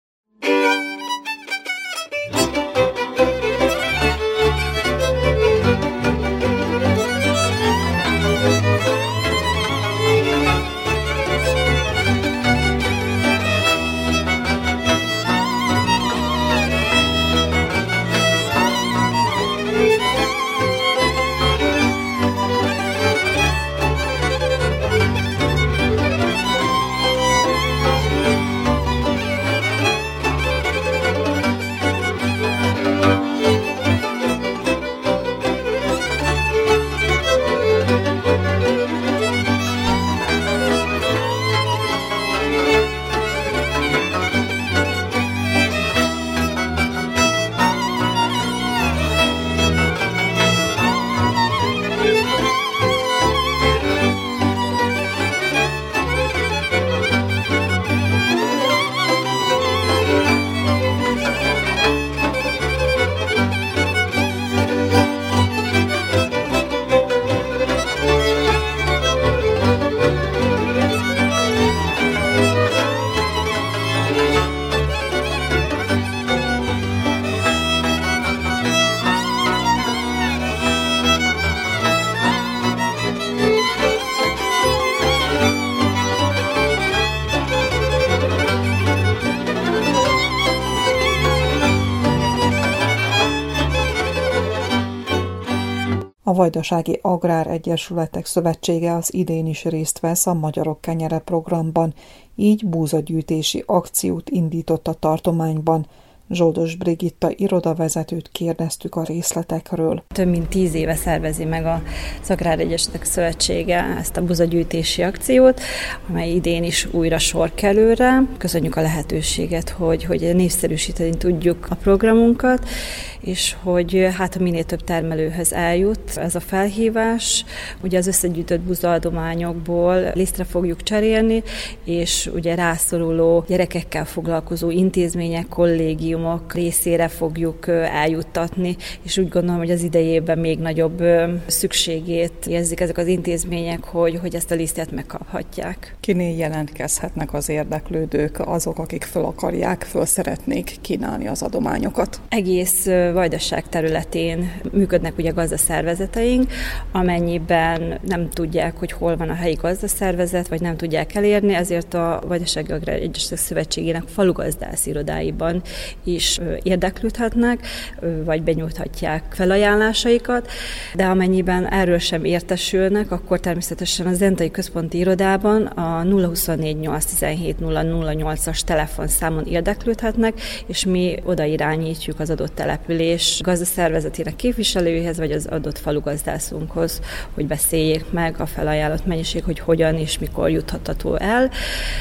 A Vajdasági Agrár Egyesületek Szövetsége az idén is részt vesz a Magyarok Kenyere programban, így búzagyűjtési akciót indított a tartományban. Zsoldos Brigitta irodavezetőt kérdeztük a részletekről. Több mint tíz éve szervezi meg a Agrár Egyesületek Szövetsége ezt a búzagyűjtési akciót, amely idén is újra sor kerül rá. Köszönjük a lehetőséget, hogy, hogy népszerűsíteni tudjuk a programunkat, és hogy hát minél több termelőhöz eljut ez a felhívás. Ugye az összegyűjtött buzaadományokból lisztre fogjuk cserélni, és ugye rászoruló gyerekekkel foglalkozó intézmények, kollégiumok részére fogjuk eljuttatni, és úgy gondolom, hogy az idejében még nagyobb szükségét érzik ezek az intézmények, hogy, hogy ezt a lisztet megkaphatják. Kinél jelentkezhetnek az érdeklődők, azok, akik föl akarják, föl szeretnék kínálni az adományokat? Egész Vajdaság területén működnek ugye gazdaszervezeteink, amennyiben nem tudják, hogy hol van a helyi gazdaszervezet, vagy nem tudják elérni, ezért a Vajdasági Agrár Egyesületek Szövetségének falugazdász irodáiban is érdeklődhetnek, vagy benyújthatják felajánlásaikat, de amennyiben erről sem értesülnek, akkor természetesen a Zentai Központi Irodában a nulla huszonnégy nyolcszáztizenhét nulla nulla nyolcas telefonszámon érdeklődhetnek, és mi oda irányítjuk az adott település gazdaszervezetének képviselőjéhez, vagy az adott falugazdászunkhoz, hogy beszéljék meg a felajánlott mennyiség, hogy hogyan és mikor juthatható el.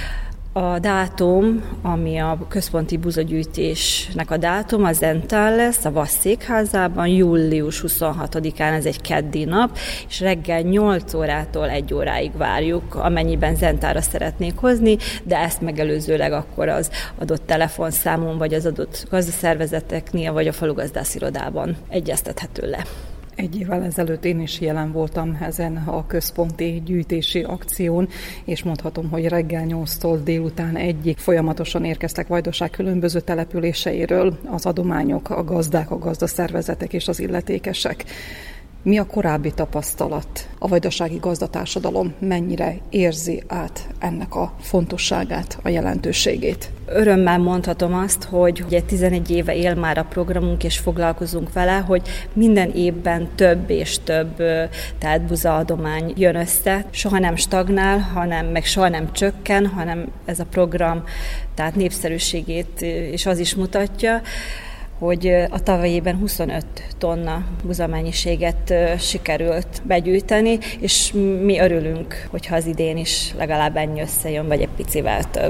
A dátum, ami a központi búzagyűjtésnek a dátum, az Zentán lesz, a VASZ székházában, július huszonhatodikán, ez egy keddi nap, és reggel nyolc órától egy óráig várjuk, amennyiben Zentára szeretnék hozni, de ezt megelőzőleg akkor az adott telefonszámon, vagy az adott gazdaszervezeteknél, vagy a falugazdász irodában egyeztethető le. Egy évvel ezelőtt én is jelen voltam ezen a központi gyűjtési akción, és mondhatom, hogy reggel nyolctól délután egyig folyamatosan érkeztek Vajdaság különböző településeiről az adományok, a gazdák, a gazdaszervezetek és az illetékesek. Mi a korábbi tapasztalat? A vajdasági gazdatársadalom mennyire érzi át ennek a fontosságát, a jelentőségét? Örömmel mondhatom azt, hogy ugye tizenegy éve él már a programunk, és foglalkozunk vele, hogy minden évben több és több tehát buzaadomány jön össze. Soha nem stagnál, hanem meg soha nem csökken, hanem ez a program tehát népszerűségét és az is mutatja, hogy a tavalyi évben huszonöt tonna buzamennyiséget sikerült begyűjteni, és mi örülünk, hogyha az idén is legalább ennyi összejön, vagy egy picivel több.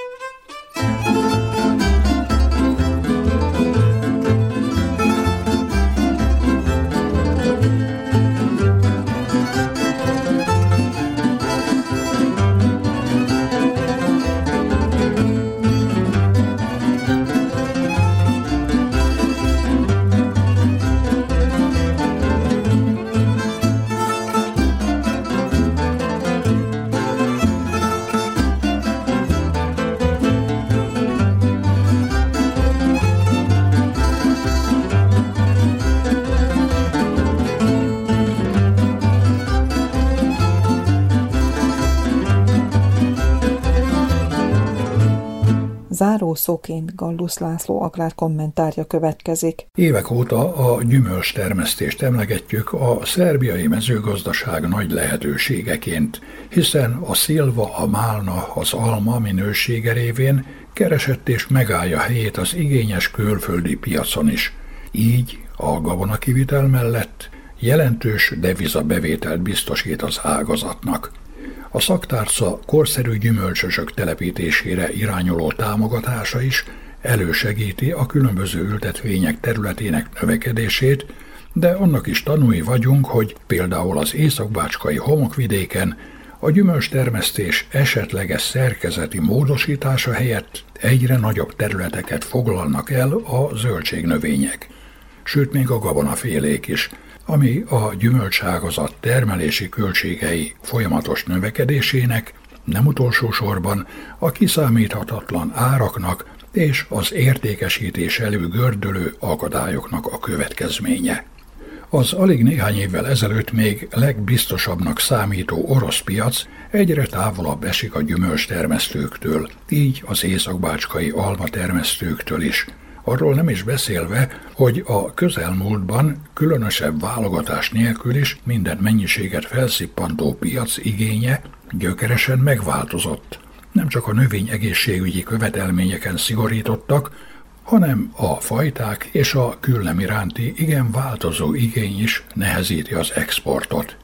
Zárószóként Gallus László agrárkommentárja következik. Évek óta a gyümölcstermesztést emlegetjük a szerbiai mezőgazdaság nagy lehetőségeként, hiszen a szilva, a málna, az alma minősége révén keresett és megállja helyét az igényes külföldi piacon is. Így a gabonakivitel mellett jelentős devizabevételt biztosít az ágazatnak. A szaktárca korszerű gyümölcsösök telepítésére irányuló támogatása is elősegíti a különböző ültetvények területének növekedését, de annak is tanúi vagyunk, hogy például az északbácskai homokvidéken a gyümölcstermesztés esetleges szerkezeti módosítása helyett egyre nagyobb területeket foglalnak el a zöldségnövények, sőt még a gabonafélék is, ami a gyümölcságazat termelési költségei folyamatos növekedésének, nem utolsó sorban a kiszámíthatatlan áraknak és az értékesítés elő gördülő akadályoknak a következménye. Az alig néhány évvel ezelőtt még legbiztosabbnak számító orosz piac egyre távolabb esik a gyümölcstermesztőktől, így az északbácskai almatermesztőktől is. Arról nem is beszélve, hogy a közelmúltban különösebb válogatás nélkül is minden mennyiséget felszippantó piac igénye gyökeresen megváltozott. Nem csak a növény egészségügyi követelményeken szigorítottak, hanem a fajták és a külnem iránti igen változó igény is nehezíti az exportot.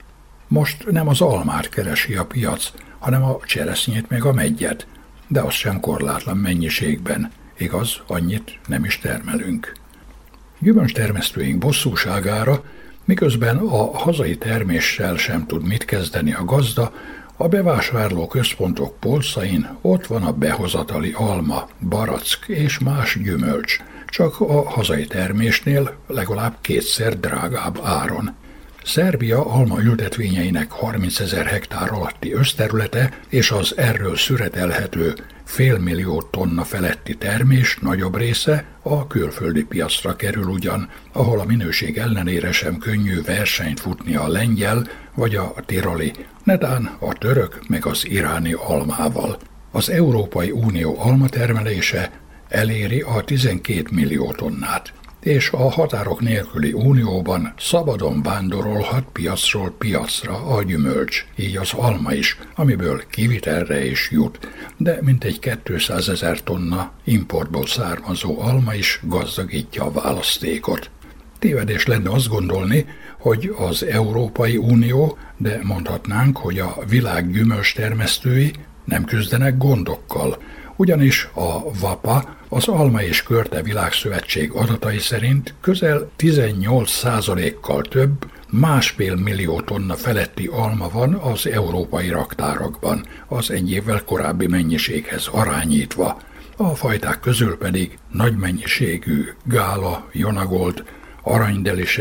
Most nem az almát keresi a piac, hanem a cseresznyét meg a meggyet, de az sem korlátlan mennyiségben. Igaz, annyit nem is termelünk. Gyümölcstermesztőink bosszúságára, miközben a hazai terméssel sem tud mit kezdeni a gazda, a bevásárló központok polcain ott van a behozatali alma, barack és más gyümölcs, csak a hazai termésnél legalább kétszer drágább áron. Szerbia alma ültetvényeinek harmincezer hektár alatti összterülete és az erről szüretelhető félmillió tonna feletti termés nagyobb része a külföldi piacra kerül ugyan, ahol a minőség ellenére sem könnyű versenyt futni a lengyel vagy a tiroli, netán a török meg az iráni almával. Az Európai Unió almatermelése eléri a tizenkét millió tonnát, és a határok nélküli unióban szabadon vándorolhat piacról piacra a gyümölcs, így az alma is, amiből kivitelre is jut, de mintegy kétszázezer tonna importból származó alma is gazdagítja a választékot. Tévedés lenne azt gondolni, hogy az Európai Unió, de mondhatnánk, hogy a világ gyümölcstermesztői nem küzdenek gondokkal, ugyanis a VAPA, az Alma és Körte Világszövetség adatai szerint közel tizennyolc százalékkal több, másfél millió tonna feletti alma van az európai raktárakban, az egy évvel korábbi mennyiséghez arányítva. A fajták közül pedig nagy mennyiségű gála, jonagold, aranydelicious,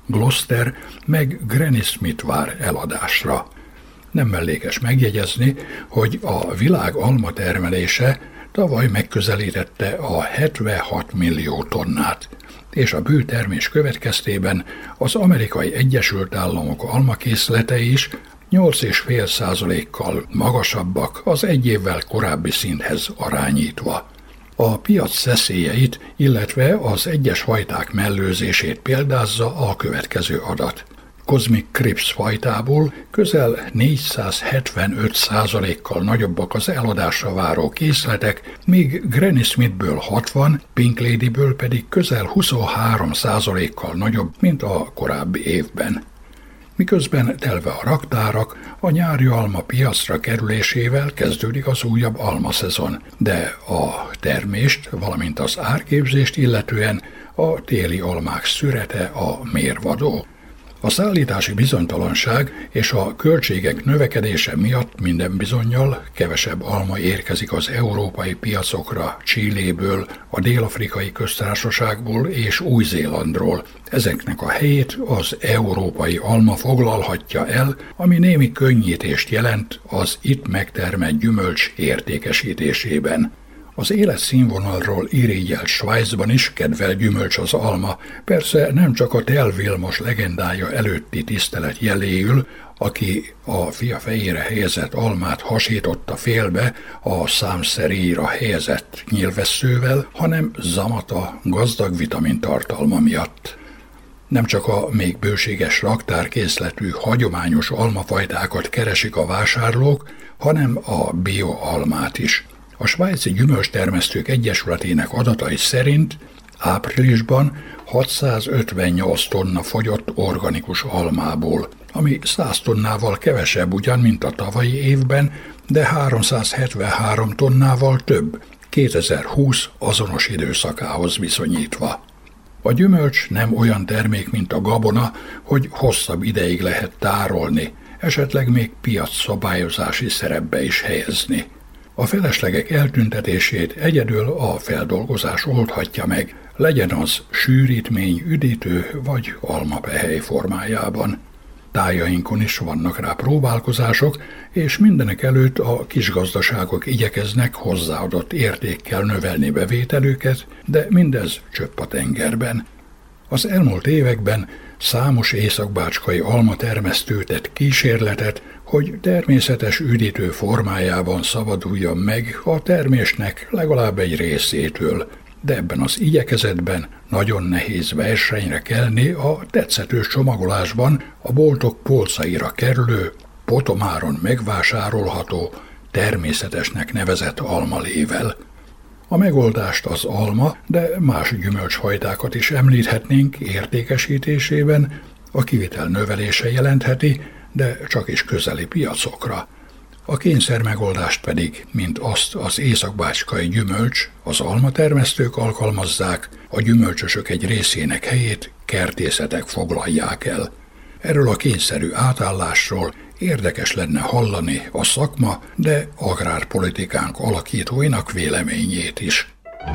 Gloucester meg Granny Smith vár eladásra. Nem mellékes megjegyezni, hogy a világ alma termelése tavaly megközelítette a hetvenhat millió tonnát, és a bő termés következtében az Amerikai Egyesült Államok almakészletei is nyolc egész öt százalékkal magasabbak az egy évvel korábbi szinthez arányítva. A piac szeszélyeit, illetve az egyes fajták mellőzését példázza a következő adat. Cosmic Crips fajtából közel négyszázhetvenöt százalékkal nagyobbak az eladásra váró készletek, míg Granny Smithből hatvan, Pink Ladyből pedig közel huszonhárom százalékkal nagyobb, mint a korábbi évben. Miközben telve a raktárak, a nyári alma piacra kerülésével kezdődik az újabb almaszezon, de a termést, valamint az árképzést illetően a téli almák szürete a mérvadó. A szállítási bizonytalanság és a költségek növekedése miatt minden bizonnyal kevesebb alma érkezik az európai piacokra Chiléből, a Dél-Afrikai Köztársaságból és Új-Zélandról. Ezeknek a helyét az európai alma foglalhatja el, ami némi könnyítést jelent az itt megtermelt gyümölcs értékesítésében. Az életszínvonalról irigyelt Svájcban is kedvel gyümölcs az alma, persze nem csak a Tell Vilmos legendája előtti tisztelet jeléül, aki a fia fejére helyezett almát hasította félbe a számszeríra helyezett nyilvesszővel, hanem Zamata gazdag vitamintartalma miatt. Nem csak a még bőséges raktárkészletű hagyományos almafajtákat keresik a vásárlók, hanem a bioalmát is. A Svájci Gyümölcstermesztők Egyesületének adatai szerint áprilisban hatszázötvennyolc tonna fogyott organikus almából, ami száz tonnával kevesebb ugyan, mint a tavalyi évben, de háromszázhetvenhárom tonnával több, kétezer-húsz azonos időszakához viszonyítva. A gyümölcs nem olyan termék, mint a gabona, hogy hosszabb ideig lehet tárolni, esetleg még piacszabályozási szerepbe is helyezni. A feleslegek eltüntetését egyedül a feldolgozás oldhatja meg, legyen az sűrítmény, üdítő vagy almapehely formájában. Tájainkon is vannak rá próbálkozások, és mindenek előtt a kisgazdaságok igyekeznek hozzáadott értékkel növelni bevételüket, de mindez csöpp a tengerben. Az elmúlt években számos északbácskai almatermesztő tett kísérletet, hogy természetes üdítő formájában szabaduljon meg a termésnek legalább egy részétől, de ebben az igyekezetben nagyon nehéz versenyre kelni a tetszetős csomagolásban a boltok polcaira kerülő, potomáron megvásárolható, természetesnek nevezett almalével. A megoldást az alma, de más gyümölcsfajtákat is említhetnénk értékesítésében, a kivitel növelése jelentheti, de csak is közeli piacokra. A kényszer megoldást pedig, mint azt az északbácskai gyümölcs, az almatermesztők alkalmazzák, a gyümölcsösök egy részének helyét kertészetek foglalják el. Erről a kényszerű átállásról érdekes lenne hallani a szakma, de agrárpolitikánk alakítóinak véleményét is.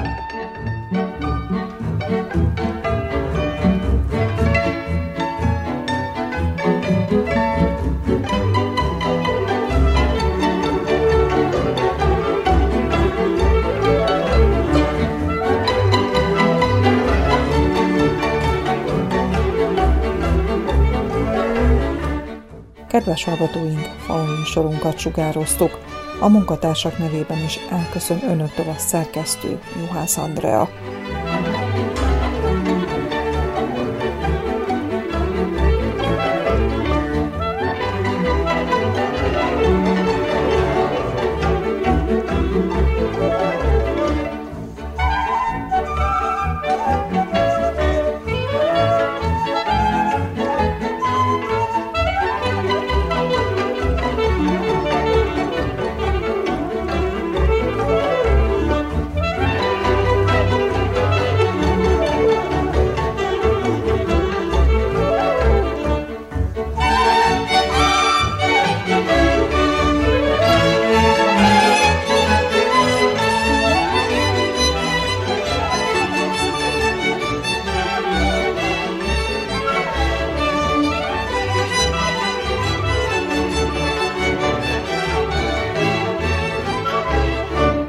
Kedves hallgatóink, faluműsorunkat sugároztuk. A munkatársak nevében is elköszön önöktől a szerkesztő, Juhász Andrea.